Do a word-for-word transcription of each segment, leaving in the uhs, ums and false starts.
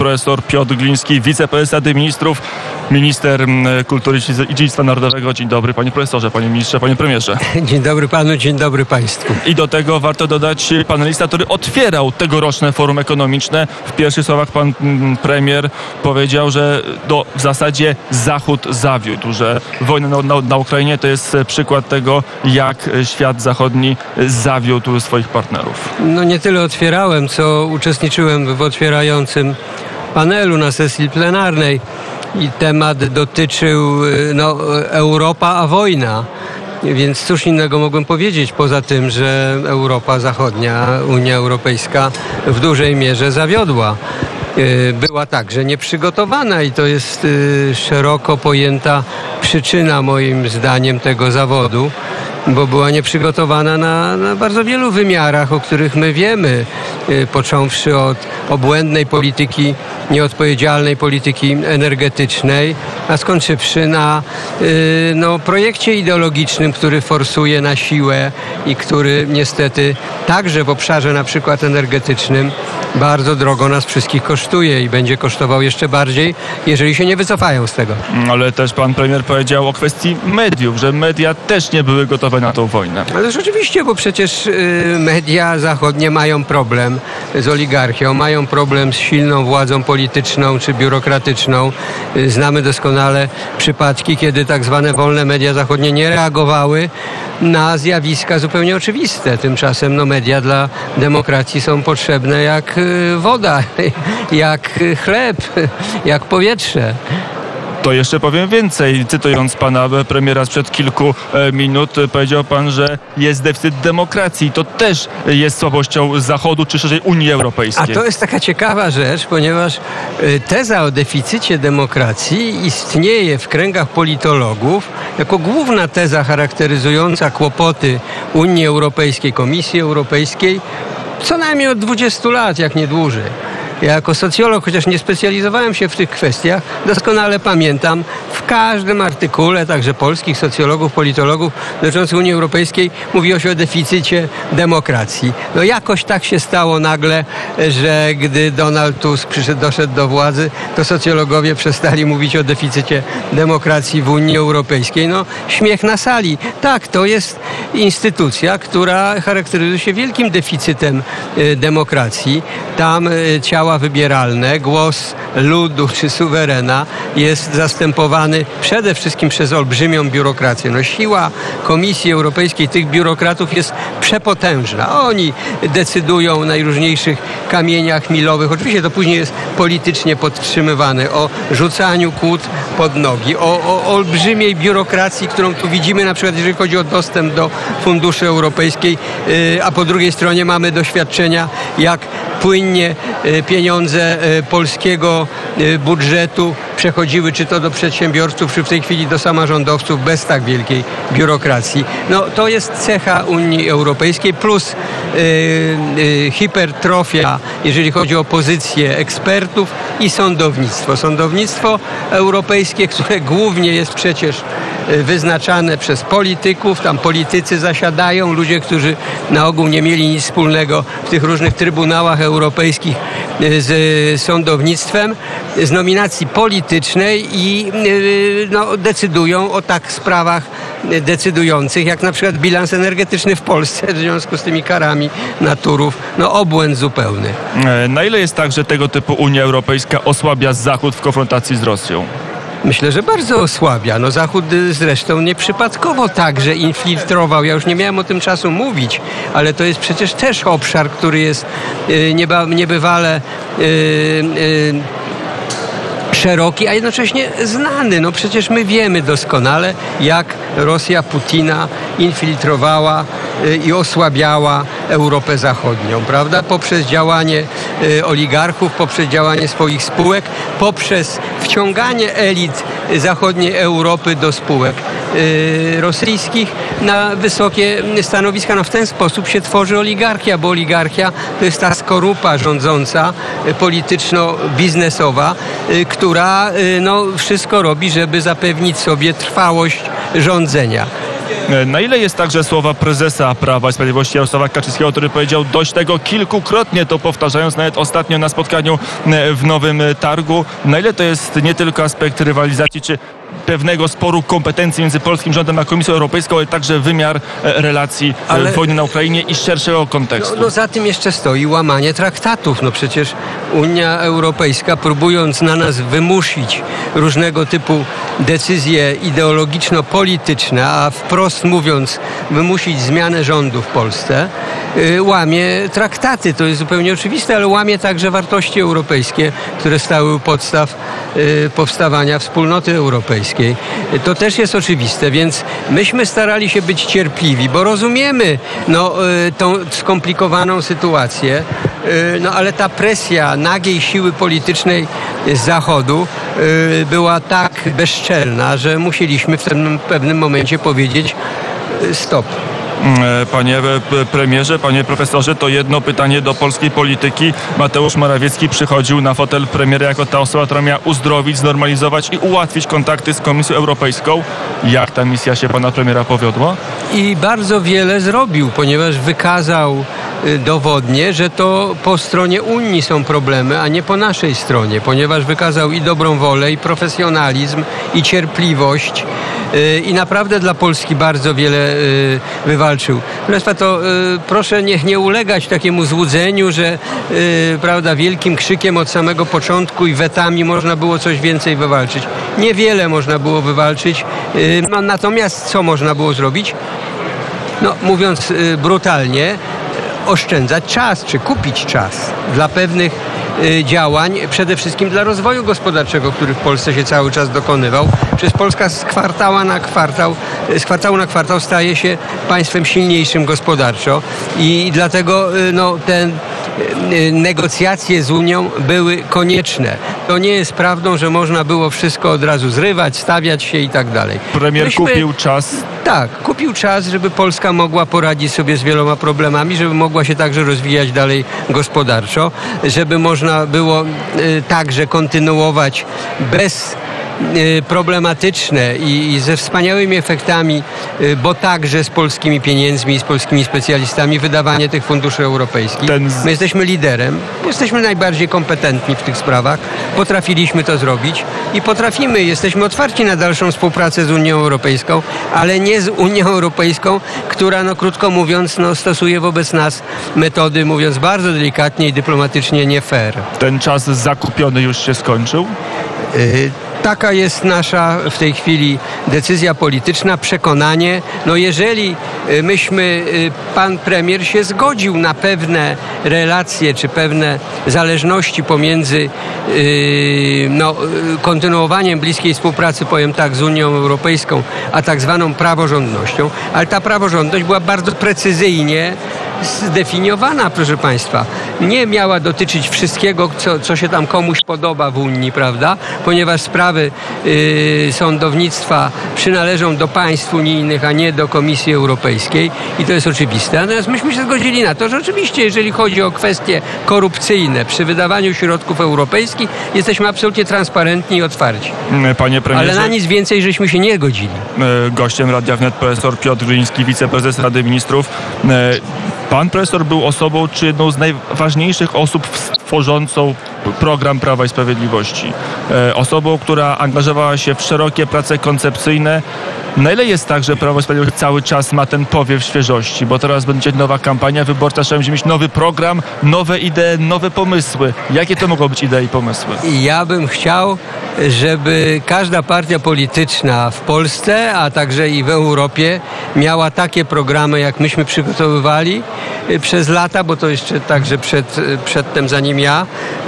profesor Piotr Gliński, wiceprezes Rady Ministrów, minister kultury i dziedzictwa narodowego. Dzień dobry, panie profesorze, panie ministrze, panie premierze. Dzień dobry panu, dzień dobry państwu. I do tego warto dodać panelista, który otwierał tegoroczne forum ekonomiczne. W pierwszych słowach pan premier powiedział, że do, w zasadzie Zachód zawiódł, że wojna na, na, na Ukrainie to jest przykład tego, jak świat zachodni zawiódł swoich partnerów. No nie tyle otwierałem, co uczestniczyłem w otwierającym panelu na sesji plenarnej i temat dotyczył no, Europa, a wojna. Więc cóż innego mogłem powiedzieć poza tym, że Europa Zachodnia, Unia Europejska w dużej mierze zawiodła. Była także nieprzygotowana i to jest szeroko pojęta przyczyna moim zdaniem tego zawodu, bo była nieprzygotowana na, na bardzo wielu wymiarach, o których my wiemy, począwszy od obłędnej polityki, nieodpowiedzialnej polityki energetycznej, a skończywszy na no, projekcie ideologicznym, który forsuje na siłę i który niestety także w obszarze na przykład energetycznym bardzo drogo nas wszystkich kosztuje i będzie kosztował jeszcze bardziej, jeżeli się nie wycofają z tego. Ale też pan premier powiedział o kwestii mediów, że media też nie były gotowe na tą wojnę. Ale rzeczywiście, bo przecież y, media zachodnie mają problem z oligarchią, mają problem z silną władzą polityczną czy biurokratyczną. Y, znamy doskonale przypadki, kiedy tak zwane wolne media zachodnie nie reagowały na zjawiska zupełnie oczywiste. Tymczasem no, media dla demokracji są potrzebne jak y, woda, jak chleb, jak powietrze. To jeszcze powiem więcej. Cytując pana premiera sprzed kilku minut, powiedział pan, że jest deficyt demokracji. To też jest słabością Zachodu, czy szerzej Unii Europejskiej. A to jest taka ciekawa rzecz, ponieważ teza o deficycie demokracji istnieje w kręgach politologów jako główna teza charakteryzująca kłopoty Unii Europejskiej, Komisji Europejskiej co najmniej od dwudziestu lat, jak nie dłużej. Ja jako socjolog, chociaż nie specjalizowałem się w tych kwestiach, doskonale pamiętam w każdym artykule, także polskich socjologów, politologów dotyczących Unii Europejskiej, mówiło się o deficycie demokracji. No jakoś tak się stało nagle, że gdy Donald Tusk przyszedł, doszedł do władzy, to socjologowie przestali mówić o deficycie demokracji w Unii Europejskiej. No śmiech na sali. Tak, to jest instytucja, która charakteryzuje się wielkim deficytem y, demokracji. Tam y, ciała wybieralne, głos ludu czy suwerena jest zastępowany przede wszystkim przez olbrzymią biurokrację. No, siła Komisji Europejskiej, tych biurokratów jest przepotężna. Oni decydują o najróżniejszych kamieniach milowych. Oczywiście to później jest politycznie podtrzymywane, o rzucaniu kłód pod nogi, o, o olbrzymiej biurokracji, którą tu widzimy na przykład jeżeli chodzi o dostęp do funduszy europejskiej, yy, a po drugiej stronie mamy doświadczenia, jak płynnie pieniądze polskiego budżetu przechodziły czy to do przedsiębiorców, czy w tej chwili do samorządowców bez tak wielkiej biurokracji. No to jest cecha Unii Europejskiej plus yy, yy, hipertrofia, jeżeli chodzi o pozycję ekspertów i sądownictwo. Sądownictwo europejskie, które głównie jest przecież wyznaczane przez polityków, tam politycy zasiadają, ludzie, którzy na ogół nie mieli nic wspólnego w tych różnych trybunałach europejskich z sądownictwem, z nominacji politycznej i no, decydują o tak sprawach decydujących, jak na przykład bilans energetyczny w Polsce w związku z tymi karami na Turów, no obłęd zupełny. Na ile jest tak, że tego typu Unia Europejska osłabia Zachód w konfrontacji z Rosją? Myślę, że bardzo osłabia. No Zachód zresztą nieprzypadkowo także infiltrował. Ja już nie miałem o tym czasu mówić, ale to jest przecież też obszar, który jest yy, nieba, niebywale yy, yy, szeroki, a jednocześnie znany. No przecież my wiemy doskonale, jak Rosja Putina infiltrowała i osłabiała Europę Zachodnią, prawda? Poprzez działanie oligarchów, poprzez działanie swoich spółek, poprzez wciąganie elit zachodniej Europy do spółek rosyjskich na wysokie stanowiska. No w ten sposób się tworzy oligarchia, bo oligarchia to jest ta skorupa rządząca, polityczno-biznesowa, która no, wszystko robi, żeby zapewnić sobie trwałość rządzenia. Na ile jest także słowa prezesa Prawa i Sprawiedliwości Jarosława Kaczyńskiego, który powiedział dość tego kilkukrotnie, to powtarzając nawet ostatnio na spotkaniu w Nowym Targu, na ile to jest nie tylko aspekt rywalizacji czy pewnego sporu kompetencji między polskim rządem a Komisją Europejską, ale także wymiar relacji ale... wojny na Ukrainie i szerszego kontekstu. No, no za tym jeszcze stoi łamanie traktatów. No przecież Unia Europejska, próbując na nas wymusić różnego typu decyzje ideologiczno-polityczne, a wprost mówiąc wymusić zmianę rządu w Polsce, yy, łamie traktaty. To jest zupełnie oczywiste, ale łamie także wartości europejskie, które stały u podstaw yy, powstawania Wspólnoty Europejskiej. To też jest oczywiste, więc myśmy starali się być cierpliwi, bo rozumiemy no, tą skomplikowaną sytuację, no, ale ta presja nagiej siły politycznej z Zachodu była tak bezczelna, że musieliśmy w tym pewnym momencie powiedzieć stop. Panie premierze, panie profesorze, to jedno pytanie do polskiej polityki. Mateusz Morawiecki przychodził na fotel premiera jako ta osoba, która miała uzdrowić, znormalizować i ułatwić kontakty z Komisją Europejską. Jak ta misja się pana premiera powiodła? I bardzo wiele zrobił, ponieważ wykazał dowodnie, że to po stronie Unii są problemy, a nie po naszej stronie, ponieważ wykazał i dobrą wolę, i profesjonalizm, i cierpliwość i naprawdę dla Polski bardzo wiele wywalczył. Państwa, to proszę niech nie ulegać takiemu złudzeniu, że prawda, wielkim krzykiem od samego początku i wetami można było coś więcej wywalczyć. Niewiele można było wywalczyć. Natomiast co można było zrobić? No, mówiąc brutalnie, oszczędzać czas, czy kupić czas dla pewnych y, działań, przede wszystkim dla rozwoju gospodarczego, który w Polsce się cały czas dokonywał. Przecież Polska z kwartała na kwartał, z kwartału na kwartał staje się państwem silniejszym gospodarczo i dlatego y, no, te y, negocjacje z Unią były konieczne. To nie jest prawdą, że można było wszystko od razu zrywać, stawiać się i tak dalej. Premier Myśmy, kupił czas. Tak, kupił czas, żeby Polska mogła poradzić sobie z wieloma problemami, żeby mogła się także rozwijać dalej gospodarczo, żeby można było y, także kontynuować bez problematyczne i, i ze wspaniałymi efektami, bo także z polskimi pieniędzmi i z polskimi specjalistami wydawanie tych funduszy europejskich. Ten... My jesteśmy liderem, jesteśmy najbardziej kompetentni w tych sprawach, potrafiliśmy to zrobić i potrafimy, jesteśmy otwarci na dalszą współpracę z Unią Europejską, ale nie z Unią Europejską, która, no krótko mówiąc, no, stosuje wobec nas metody, mówiąc bardzo delikatnie i dyplomatycznie, nie fair. Ten czas zakupiony już się skończył? Y- Taka jest nasza w tej chwili decyzja polityczna, przekonanie. No jeżeli myśmy, pan premier się zgodził na pewne relacje czy pewne zależności pomiędzy no, kontynuowaniem bliskiej współpracy, powiem tak, z Unią Europejską, a tak zwaną praworządnością, ale ta praworządność była bardzo precyzyjnie zdefiniowana, proszę państwa. Nie miała dotyczyć wszystkiego, co, co się tam komuś podoba w Unii, prawda? Ponieważ sprawy y, sądownictwa przynależą do państw unijnych, a nie do Komisji Europejskiej i to jest oczywiste. Natomiast myśmy się zgodzili na to, że oczywiście, jeżeli chodzi o kwestie korupcyjne przy wydawaniu środków europejskich, jesteśmy absolutnie transparentni i otwarci. Panie premierze, ale na nic więcej żeśmy się nie godzili. Gościem Radia Wnet profesor Piotr Gliński, wiceprezes Rady Ministrów. Pan profesor był osobą, czy jedną z najważniejszych osób tworzącą program Prawa i Sprawiedliwości. E, osobą, która angażowała się w szerokie prace koncepcyjne. Na ile jest tak, że Prawo i Sprawiedliwość cały czas ma ten powiew świeżości? Bo teraz będzie nowa kampania wyborcza, trzeba będzie mieć nowy program, nowe idee, nowe pomysły. Jakie to mogą być idee i pomysły? Ja bym chciał, żeby każda partia polityczna w Polsce, a także i w Europie miała takie programy, jak myśmy przygotowywali przez lata, bo to jeszcze także przed, przedtem, zanim ja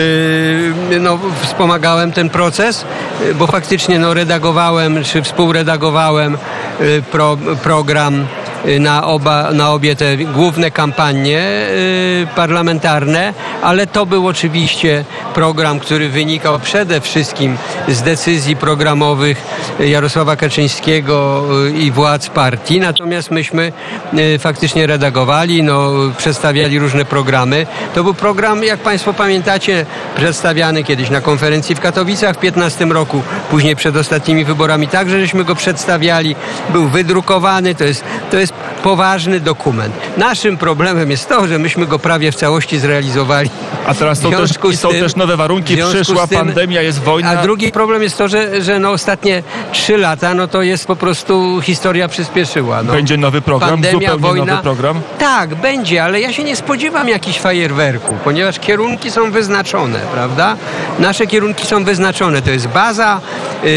no, wspomagałem ten proces, bo faktycznie no, redagowałem czy współredagowałem pro, program na, oba, na obie te główne kampanie parlamentarne, ale to był oczywiście program, który wynikał przede wszystkim z decyzji programowych Jarosława Kaczyńskiego i władz partii, natomiast myśmy faktycznie redagowali, no, przedstawiali różne programy. To był program, jak Państwo pamiętacie, przedstawiany kiedyś na konferencji w Katowicach w piętnastym roku, później przed ostatnimi wyborami także żeśmy go przedstawiali, był wydrukowany, to jest, to jest poważny dokument. Naszym problemem jest to, że myśmy go prawie w całości zrealizowali. A teraz są, też, z są tym, też nowe warunki, przyszła tym, pandemia, jest wojna. A drugi problem jest to, że, że no ostatnie trzy lata, no to jest po prostu historia przyspieszyła. No. Będzie nowy program, Pandemia, zupełnie wojna. nowy program? Tak, będzie, ale ja się nie spodziewam jakichś fajerwerków, ponieważ kierunki są wyznaczone, prawda? Nasze kierunki są wyznaczone. To jest baza yy,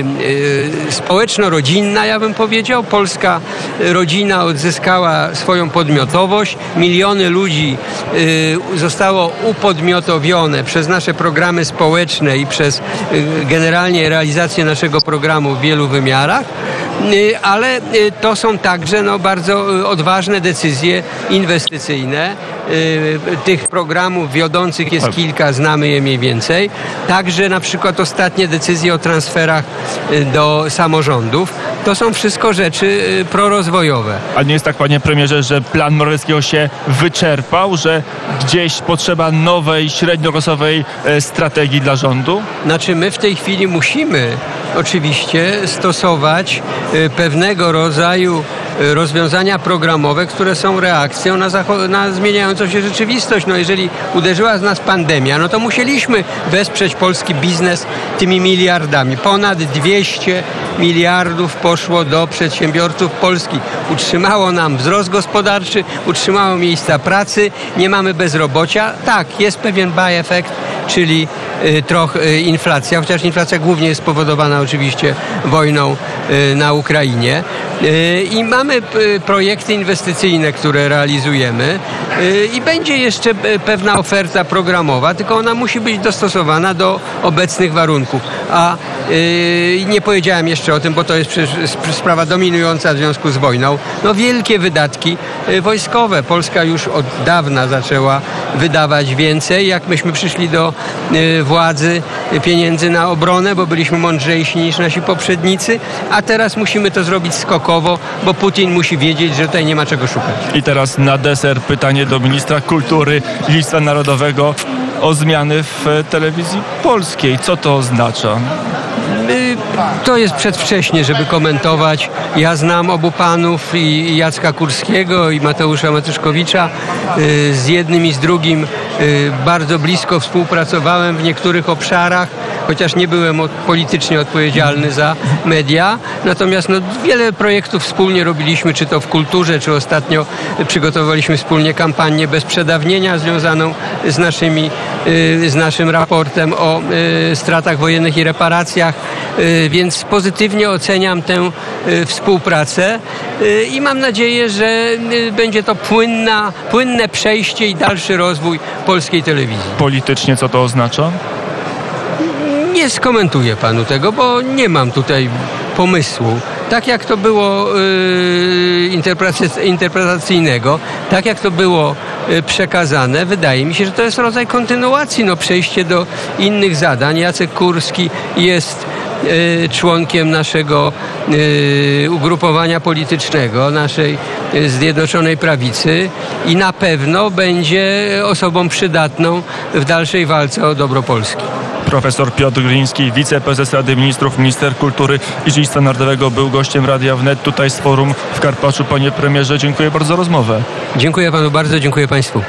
yy, społeczno-rodzinna, ja bym powiedział. Polska rodzina odzyskała swoją podmiotowość. Miliony ludzi yy, zostało upodmiotowione przez nasze programy społeczne i przez yy, generalnie realizację naszego programu w wielu wymiarach. Ale to są także no, bardzo odważne decyzje inwestycyjne. Tych programów wiodących jest kilka, znamy je mniej więcej. Także na przykład ostatnie decyzje o transferach do samorządów. To są wszystko rzeczy prorozwojowe. A nie jest tak, panie premierze, że plan Morawieckiego się wyczerpał, że gdzieś potrzeba nowej, średniookresowej strategii dla rządu? Znaczy my w tej chwili musimy oczywiście stosować pewnego rodzaju rozwiązania programowe, które są reakcją na, na zmieniającą się rzeczywistość. No jeżeli uderzyła z nas pandemia, no to musieliśmy wesprzeć polski biznes tymi miliardami. Ponad dwieście miliardów poszło do przedsiębiorców Polski. Utrzymało nam wzrost gospodarczy, utrzymało miejsca pracy, nie mamy bezrobocia. Tak, jest pewien by-effect, czyli y, trochę y, inflacja, chociaż inflacja głównie jest spowodowana oczywiście wojną y, na Ukrainie. Y, I mamy y, projekty inwestycyjne, które realizujemy y, i będzie jeszcze y, pewna oferta programowa, tylko ona musi być dostosowana do obecnych warunków. A y, nie powiedziałem jeszcze o tym, bo to jest przecież sprawa dominująca w związku z wojną. No wielkie wydatki y, wojskowe. Polska już od dawna zaczęła wydawać więcej. Jak myśmy przyszli do y, władzy, y, pieniędzy na obronę, bo byliśmy mądrzejsi niż nasi poprzednicy, a teraz musimy to zrobić skokowo, bo Putin musi wiedzieć, że tutaj nie ma czego szukać. I teraz na deser pytanie do ministra kultury i dziedzictwa narodowego o zmiany w telewizji polskiej. Co to oznacza? To jest przedwcześnie, żeby komentować. Ja znam obu panów, i Jacka Kurskiego, i Mateusza Matyszkowicza. Z jednym i z drugim bardzo blisko współpracowałem w niektórych obszarach, chociaż nie byłem politycznie odpowiedzialny za media. Natomiast no, wiele projektów wspólnie robiliśmy, czy to w kulturze, czy ostatnio przygotowaliśmy wspólnie kampanię bez przedawnienia związaną z, naszymi, z naszym raportem o stratach wojennych i reparacjach. Więc pozytywnie oceniam tę współpracę i mam nadzieję, że będzie to płynna, płynne przejście i dalszy rozwój polskiej telewizji. Politycznie co to oznacza? Nie skomentuję panu tego, bo nie mam tutaj pomysłu. Tak jak to było yy, interpretacyjnego, tak jak to było yy, przekazane, wydaje mi się, że to jest rodzaj kontynuacji, no przejście do innych zadań. Jacek Kurski jest yy, członkiem naszego yy, ugrupowania politycznego, naszej yy, Zjednoczonej Prawicy i na pewno będzie osobą przydatną w dalszej walce o dobro Polski. Profesor Piotr Gliński, wiceprezes Rady Ministrów, minister kultury i dziedzictwa narodowego, był gościem Radia Wnet tutaj z forum w Karpaczu. Panie premierze, dziękuję bardzo za rozmowę. Dziękuję panu bardzo, dziękuję państwu.